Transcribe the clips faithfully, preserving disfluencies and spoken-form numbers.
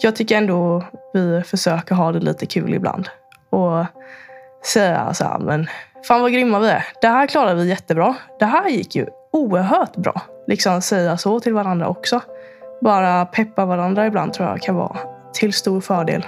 jag tycker ändå vi försöker ha det lite kul ibland. Och säga så här, men fan vad grymma vi är. Det här klarar vi jättebra. Det här gick ju oerhört bra. Liksom säga så till varandra också. Bara peppa varandra ibland tror jag kan vara till stor fördel.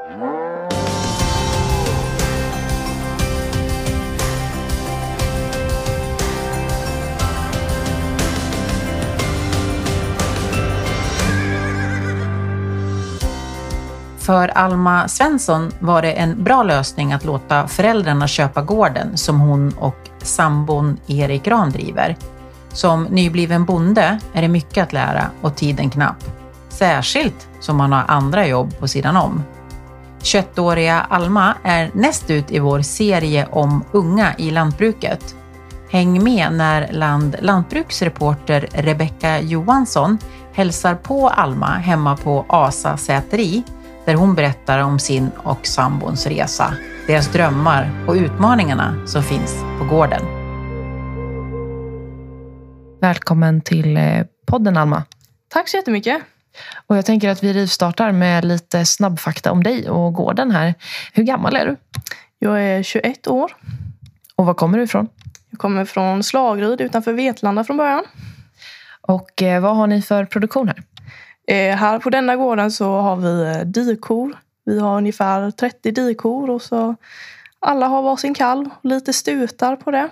För Alma Svensson var det en bra lösning att låta föräldrarna köpa gården som hon och sambon Erik Grahn driver. Som nybliven bonde är det mycket att lära och tiden knapp. Särskilt som man har andra jobb på sidan om. tjugoettåriga Alma är näst ut i vår serie om unga i lantbruket. Häng med när land lantbruksreporter Rebecka Johansson hälsar på Alma hemma på Asa säteri, där hon berättar om sin och sambons resa, deras drömmar och utmaningarna som finns på gården. Välkommen till podden, Alma. Tack så jättemycket. Och jag tänker att vi rivstartar med lite snabbfakta om dig och gården här. Hur gammal är du? Jag är tjugoett år. Och var kommer du ifrån? Jag kommer från Slagryd utanför Vetlanda från början. Och eh, vad har ni för produktion här? Eh, här på denna gården så har vi dikor. Vi har ungefär trettio dikor och så alla har varsin kalv och lite stutar på det.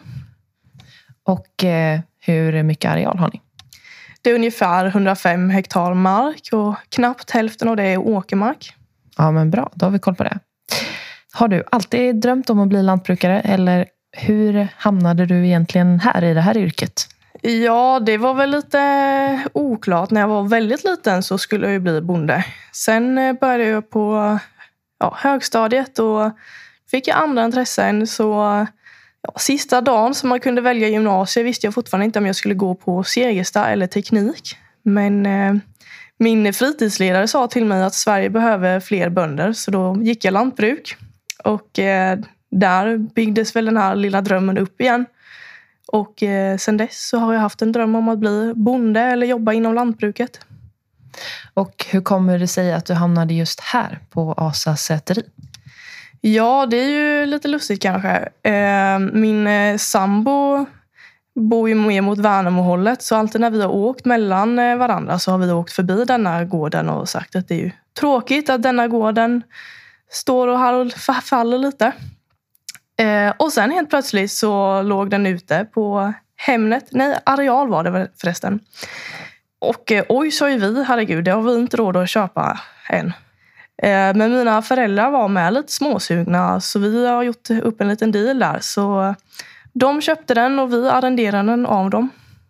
Och eh, hur mycket areal har ni? Det är ungefär hundrafem hektar mark och knappt hälften av det är åkermark. Ja, men bra, då har vi koll på det. Har du alltid drömt om att bli lantbrukare eller hur hamnade du egentligen här i det här yrket? Ja, det var väl lite oklart. När jag var väldigt liten så skulle jag ju bli bonde. Sen började jag på ja, högstadiet och fick jag andra intressen. Så ja, sista dagen som man kunde välja gymnasiet visste jag fortfarande inte om jag skulle gå på Segersta eller teknik. Men eh, min fritidsledare sa till mig att Sverige behöver fler bönder. Så då gick jag lantbruk. Och eh, där byggdes väl den här lilla drömmen upp igen. Och eh, sen dess så har jag haft en dröm om att bli bonde eller jobba inom lantbruket. Och hur kommer det sig att du hamnade just här på Asa säteri? Ja, det är ju lite lustigt kanske. Eh, min eh, sambo bor ju mer mot Värnamohållet. Så alltid när vi har åkt mellan eh, varandra så har vi åkt förbi denna gården och sagt att det är ju tråkigt att denna gården står och har, faller lite. Eh, och sen helt plötsligt så låg den ute på Hemnet. Nej, Areal var det förresten. Och eh, oj, sa ju vi, herregud, det har vi inte råd att köpa än. Eh, men mina föräldrar var med lite småsugna så vi har gjort upp en liten deal där. Så de köpte den och vi arrenderade den av dem.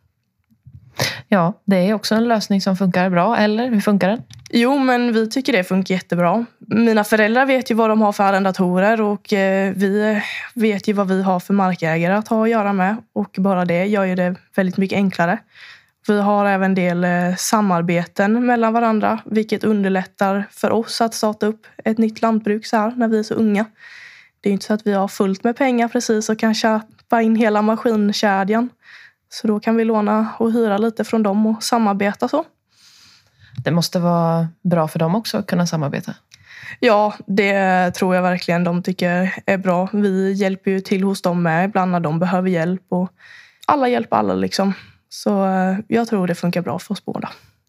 Ja, det är också en lösning som funkar bra, eller hur funkar den? Jo, men vi tycker det funkar jättebra. Mina föräldrar vet ju vad de har för arrendatorer och eh, vi vet ju vad vi har för markägare att ha att göra med. Och bara det gör ju det väldigt mycket enklare. Vi har även en del eh, samarbeten mellan varandra, vilket underlättar för oss att starta upp ett nytt lantbruk så här när vi är så unga. Det är inte så att vi har fullt med pengar precis och kan köpa in hela maskinkedjan. Så då kan vi låna och hyra lite från dem och samarbeta så. Det måste vara bra för dem också att kunna samarbeta. Ja, det tror jag verkligen de tycker är bra. Vi hjälper ju till hos dem med ibland när de behöver hjälp. Och alla hjälper alla liksom. Så jag tror det funkar bra för oss båda.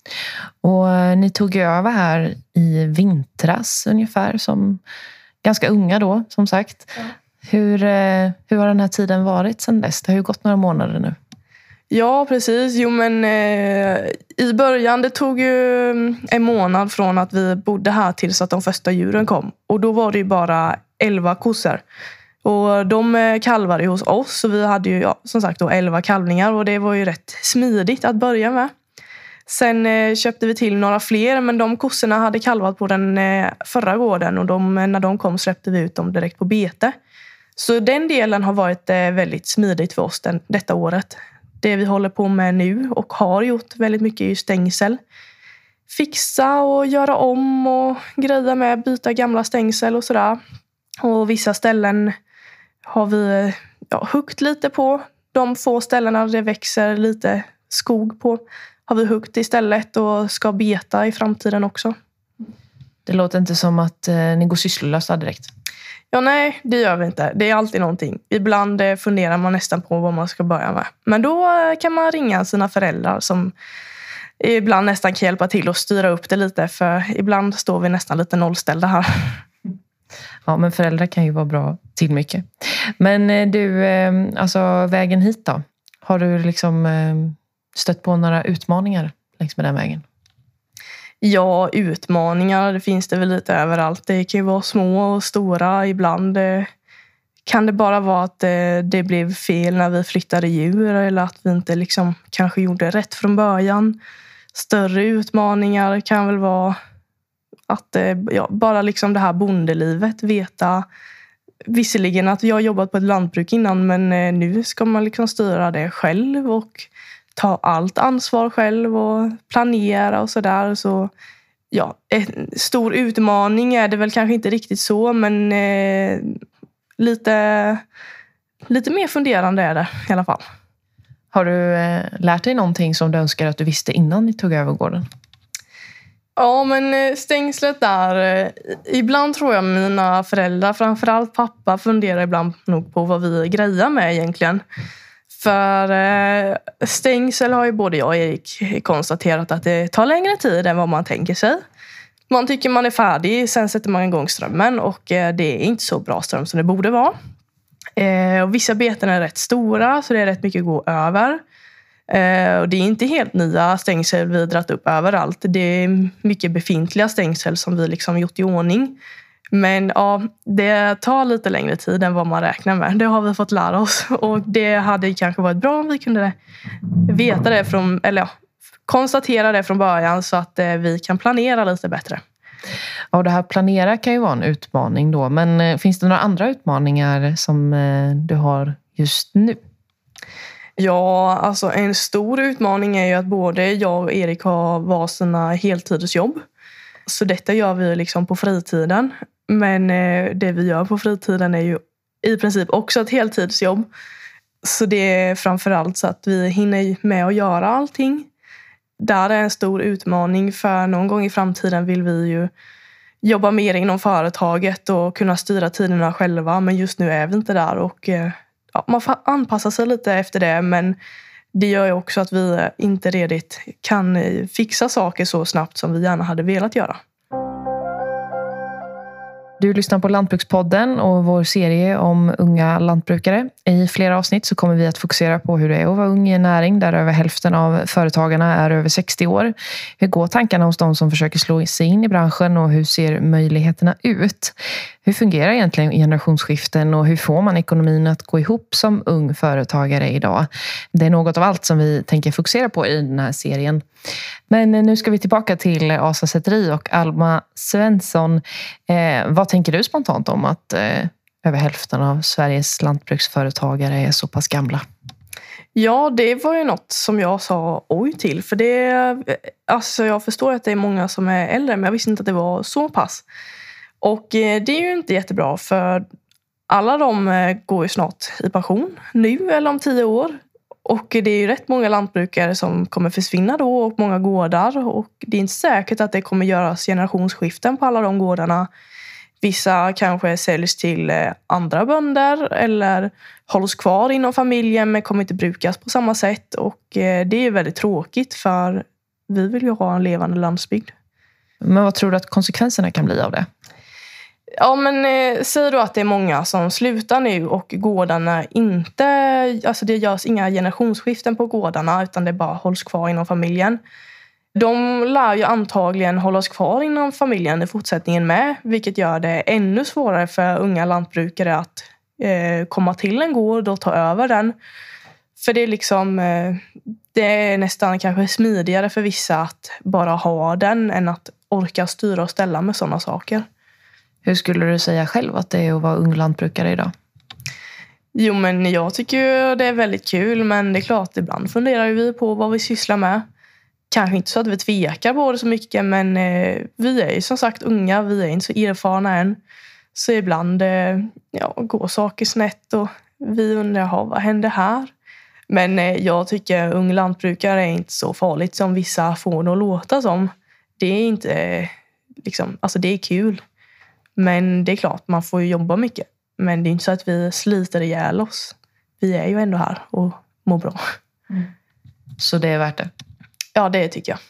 Och ni tog ju över här i vintras ungefär som ganska unga då, som sagt. Ja. Hur, hur har den här tiden varit sedan dess? Det har ju gått några månader nu. Ja, precis. Jo, men eh, i början det tog ju en månad från att vi bodde här tills att de första djuren kom. Och då var det ju bara elva kossor. Och de kalvade ju hos oss. Så vi hade ju ja, som sagt då elva kalvningar. Och det var ju rätt smidigt att börja med. Sen eh, köpte vi till några fler. Men de kossorna hade kalvat på den eh, förra gården. Och de, när de kom släppte vi ut dem direkt på bete. Så den delen har varit eh, väldigt smidigt för oss den, detta året. Det vi håller på med nu och har gjort väldigt mycket är ju stängsel. Fixa och göra om och greja med byta gamla stängsel och sådär. Och vissa ställen har vi ja, huggt lite på. De få ställena det växer lite skog på har vi huggt istället och ska beta i framtiden också. Det låter inte som att eh, ni går sysslolösa direkt. Ja, nej, det gör vi inte. Det är alltid någonting. Ibland eh, funderar man nästan på vad man ska börja med. Men då eh, kan man ringa sina föräldrar som ibland nästan kan hjälpa till att styra upp det lite. För ibland står vi nästan lite nollställda här. Ja, men föräldrar kan ju vara bra till mycket. Men eh, du, eh, alltså vägen hit då? Har du liksom eh, stött på några utmaningar längs med den vägen? Ja, utmaningar, det finns det väl lite överallt. Det kan ju vara små och stora. Ibland eh, kan det bara vara att eh, det blev fel när vi flyttade djur. Eller att vi inte liksom kanske gjorde rätt från början. Större utmaningar kan väl vara att eh, ja, bara liksom det här bondelivet. Veta visserligen att jag har jobbat på ett lantbruk innan. Men eh, nu ska man liksom styra det själv och ta allt ansvar själv och planera och sådär. Så ja, en stor utmaning är det väl kanske inte riktigt så, men eh, lite, lite mer funderande är det i alla fall. Har du eh, lärt dig någonting som du önskar att du visste innan ni tog över gården? Ja, men stängslet där. Eh, ibland tror jag mina föräldrar, framförallt pappa, funderar ibland nog på vad vi grejar med egentligen. För eh, stängsel har ju både jag och Erik konstaterat att det tar längre tid än vad man tänker sig. Man tycker man är färdig, sen sätter man igång strömmen och eh, det är inte så bra ström som det borde vara. Eh, och vissa beten är rätt stora så det är rätt mycket att gå över. Eh, och det är inte helt nya stängsel vi dratt upp överallt. Det är mycket befintliga stängsel som vi liksom gjort i ordning. Men ja, det tar lite längre tid än vad man räknar med. Det har vi fått lära oss. Och det hade kanske varit bra om vi kunde veta det från, eller ja, konstatera det från början så att eh, vi kan planera lite bättre. Ja, det här planera kan ju vara en utmaning då. Men eh, finns det några andra utmaningar som eh, du har just nu? Ja, alltså en stor utmaning är ju att både jag och Erik har var sina heltidsjobb. Så detta gör vi liksom på fritiden. Men eh, det vi gör på fritiden är ju i princip också ett heltidsjobb. Så det är framförallt så att vi hinner med att göra allting. Där är en stor utmaning för någon gång i framtiden vill vi ju jobba mer inom företaget och kunna styra tiderna själva. Men just nu är vi inte där och eh, ja, man får anpassa sig lite efter det. Men det gör ju också att vi inte redigt kan fixa saker så snabbt som vi gärna hade velat göra. Du lyssnar på Lantbrukspodden och vår serie om unga lantbrukare. I flera avsnitt så kommer vi att fokusera på hur det är att vara ung i en näring där över hälften av företagarna är över sextio år. Hur går tankarna hos de som försöker slå sig in i branschen och hur ser möjligheterna ut? Hur fungerar egentligen generationsskiften och hur får man ekonomin att gå ihop som ung företagare idag? Det är något av allt som vi tänker fokusera på i den här serien. Men nu ska vi tillbaka till Asa Säteri och Alma Svensson. Eh, vad tänker du spontant om att eh, över hälften av Sveriges lantbruksföretagare är så pass gamla? Ja, det var ju något som jag sa oj till. För det, alltså jag förstår att det är många som är äldre, men jag visste inte att det var så pass. Och eh, det är ju inte jättebra för alla de eh, går ju snart i pension nu eller om tio år. Och det är ju rätt många lantbrukare som kommer försvinna då och många gårdar. Och det är inte säkert att det kommer göras generationsskiften på alla de gårdarna. Vissa kanske säljs till andra bönder eller hålls kvar inom familjen men kommer inte brukas på samma sätt. Och det är väldigt tråkigt för vi vill ju ha en levande landsbygd. Men vad tror du att konsekvenserna kan bli av det? Ja, men eh, säg då att det är många som slutar nu och gårdarna inte, alltså det görs inga generationsskiften på gårdarna utan det bara hålls kvar inom familjen. De lär ju antagligen hållas kvar inom familjen i fortsättningen med, vilket gör det ännu svårare för unga lantbrukare att eh, komma till en gård och ta över den. För det är liksom, eh, det är nästan kanske smidigare för vissa att bara ha den än att orka styra och ställa med sådana saker. Hur skulle du säga själv att det är att vara ung lantbrukare idag? Jo, men jag tycker det är väldigt kul. Men det är klart, ibland funderar vi på vad vi sysslar med. Kanske inte så att vi tvekar på det så mycket. Men eh, vi är ju som sagt unga. Vi är inte så erfarna än. Så ibland eh, ja, går saker snett. Och vi undrar, vad händer här? Men eh, jag tycker ung lantbrukare är inte så farligt som vissa får det att låta som. Det är inte... liksom, alltså det är kul. Men det är klart, man får ju jobba mycket. Men det är inte så att vi sliter ihjäl oss. Vi är ju ändå här och mår bra. Mm. Så det är värt det? Ja, det tycker jag.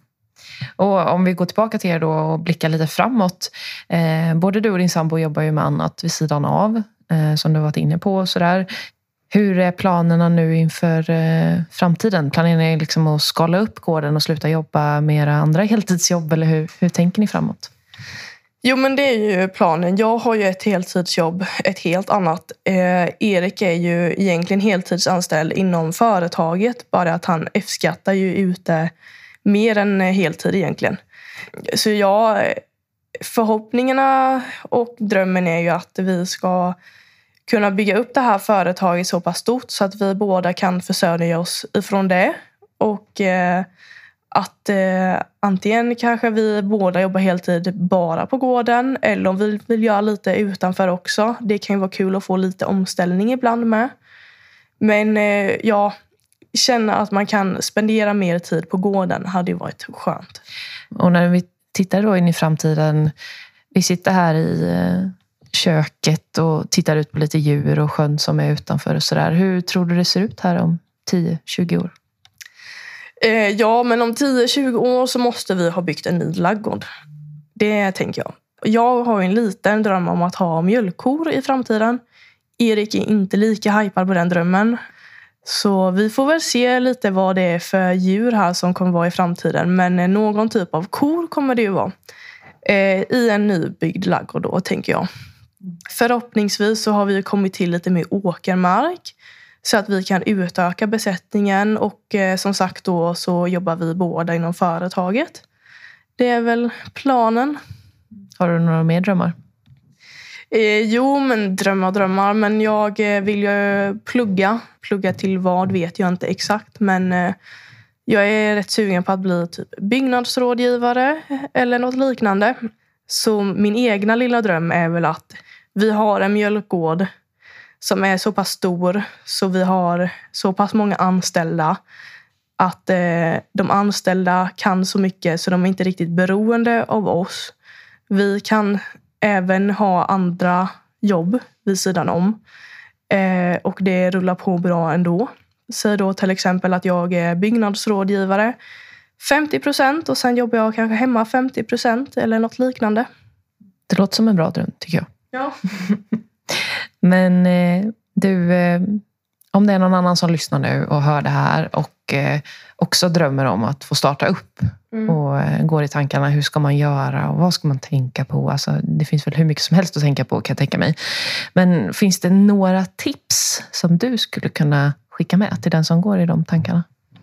Och om vi går tillbaka till er då och blickar lite framåt. Eh, både du och din sambo jobbar ju med annat vid sidan av. Eh, som du varit inne på och sådär. Hur är planerna nu inför eh, framtiden? Planerar ni liksom att skala upp gården och sluta jobba med era andra heltidsjobb? Eller hur, hur tänker ni framåt? Jo, men det är ju planen. Jag har ju ett heltidsjobb, ett helt annat. Eh, Erik är ju egentligen heltidsanställd inom företaget. Bara att han F-skattar ju ute mer än heltid egentligen. Så jag, förhoppningarna och drömmen är ju att vi ska kunna bygga upp det här företaget så pass stort så att vi båda kan försörja oss ifrån det. Och eh, att eh, antingen kanske vi båda jobbar heltid bara på gården eller om vi vill göra lite utanför också. Det kan ju vara kul att få lite omställning ibland med. Men eh, ja, känna att man kan spendera mer tid på gården hade ju varit skönt. Och när vi tittar då in i framtiden, vi sitter här i eh, köket och tittar ut på lite djur och sjön som är utanför och sådär. Hur tror du det ser ut här om tio tjugo år? Eh, ja, men om tio tjugo år så måste vi ha byggt en ny ladugård. Det tänker jag. Jag har en liten dröm om att ha mjölkkor i framtiden. Erik är inte lika hypad på den drömmen. Så vi får väl se lite vad det är för djur här som kommer vara i framtiden. Men någon typ av kor kommer det ju vara. Eh, I en nybyggd ladugård då, tänker jag. Förhoppningsvis så har vi kommit till lite mer åkermark. Så att vi kan utöka besättningen. Och eh, som sagt då så jobbar vi båda inom företaget. Det är väl planen. Har du några mer drömmar? Eh, jo, men drömmar drömmar. Men jag eh, vill ju plugga. Plugga till vad vet jag inte exakt. Men eh, jag är rätt sugen på att bli typ byggnadsrådgivare. Eller något liknande. Så min egna lilla dröm är väl att vi har en mjölkgård som är så pass stor så vi har så pass många anställda att eh, de anställda kan så mycket så de är inte riktigt beroende av oss. Vi kan även ha andra jobb vid sidan om eh, och det rullar på bra ändå. Säg då till exempel att jag är byggnadsrådgivare femtio procent och sen jobbar jag kanske hemma femtio procent eller något liknande. Det låter som en bra dröm, tycker jag. Ja. Men eh, du, eh, om det är någon annan som lyssnar nu och hör det här och eh, också drömmer om att få starta upp mm. och eh, går i tankarna, hur ska man göra och vad ska man tänka på? Alltså, det finns väl hur mycket som helst att tänka på, kan jag tänka mig. Men finns det några tips som du skulle kunna skicka med till den som går i de tankarna?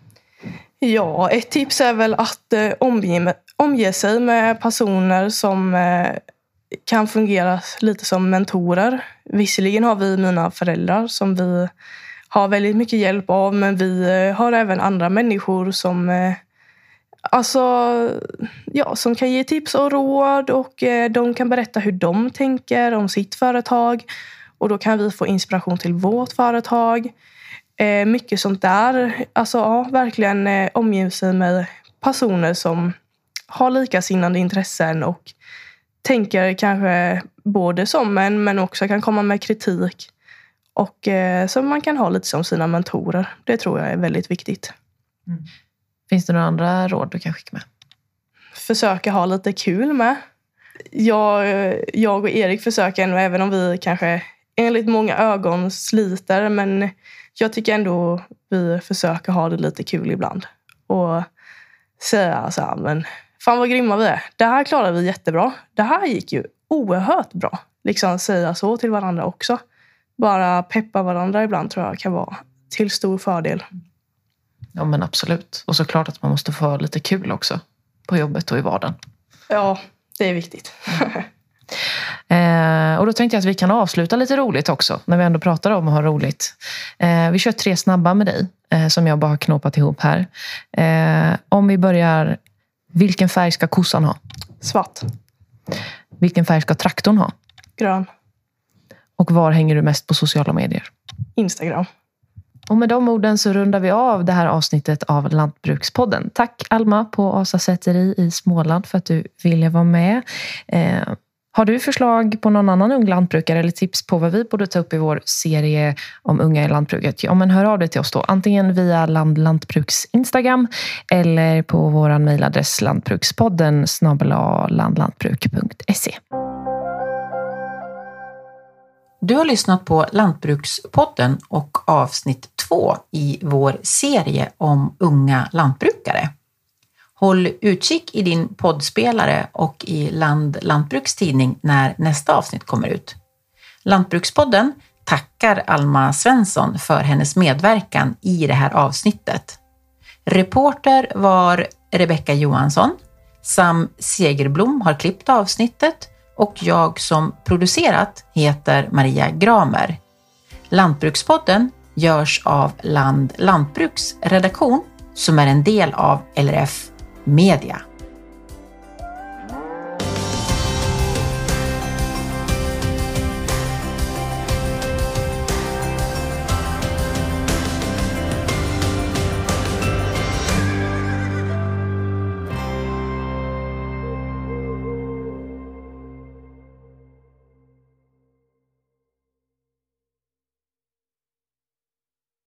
Ja, ett tips är väl att eh, omge, omge sig med personer som eh, kan fungera lite som mentorer. Visserligen har vi mina föräldrar som vi har väldigt mycket hjälp av, men vi har även andra människor som eh, alltså ja, som kan ge tips och råd och eh, de kan berätta hur de tänker om sitt företag och då kan vi få inspiration till vårt företag. Eh, mycket sånt där. Alltså ja, verkligen eh, omge sig med personer som har likasinnande intressen och tänker kanske både som en men också kan komma med kritik. Och eh, så man kan ha lite som sina mentorer. Det tror jag är väldigt viktigt. Mm. Finns det några andra råd du kan skicka med? Försöka ha lite kul med. Jag, jag och Erik försöker ändå, även om vi kanske enligt många ögon sliter. Men jag tycker ändå vi försöker ha det lite kul ibland. Och säga så här, men fan vad grymma vi är. Det här klarar vi jättebra. Det här gick ju oerhört bra. Liksom säga så till varandra också. Bara peppa varandra ibland tror jag kan vara till stor fördel. Ja men absolut. Och såklart att man måste få lite kul också. På jobbet och i vardagen. Ja, det är viktigt. eh, och då tänkte jag att vi kan avsluta lite roligt också. När vi ändå pratar om att ha roligt. Eh, vi kör tre snabba med dig. Eh, som jag bara har knåpat ihop här. Eh, om vi börjar. Vilken färg ska kossan ha? Svart. Vilken färg ska traktorn ha? Grön. Och var hänger du mest på sociala medier? Instagram. Och med de orden så rundar vi av det här avsnittet av Lantbrukspodden. Tack Alma på Asa säteri i Småland för att du ville vara med. Eh, har du förslag på någon annan ung lantbrukare eller tips på vad vi borde ta upp i vår serie om unga i lantbruket? Ja, men hör av dig till oss då. Antingen via Land Lantbruks Instagram eller på vår mejladress lantbrukspodden snabel-a landlantbruk punkt se. Du har lyssnat på Lantbrukspodden och avsnitt två i vår serie om unga lantbrukare. Håll utkik i din poddspelare och i Land Lantbruks tidning när nästa avsnitt kommer ut. Lantbrukspodden tackar Alma Svensson för hennes medverkan i det här avsnittet. Reporter var Rebecka Johansson, Sam Segerblom har klippt avsnittet och jag som producerat heter Maria Gramer. Lantbrukspodden görs av Land Lantbruks redaktion som är en del av L R F Media.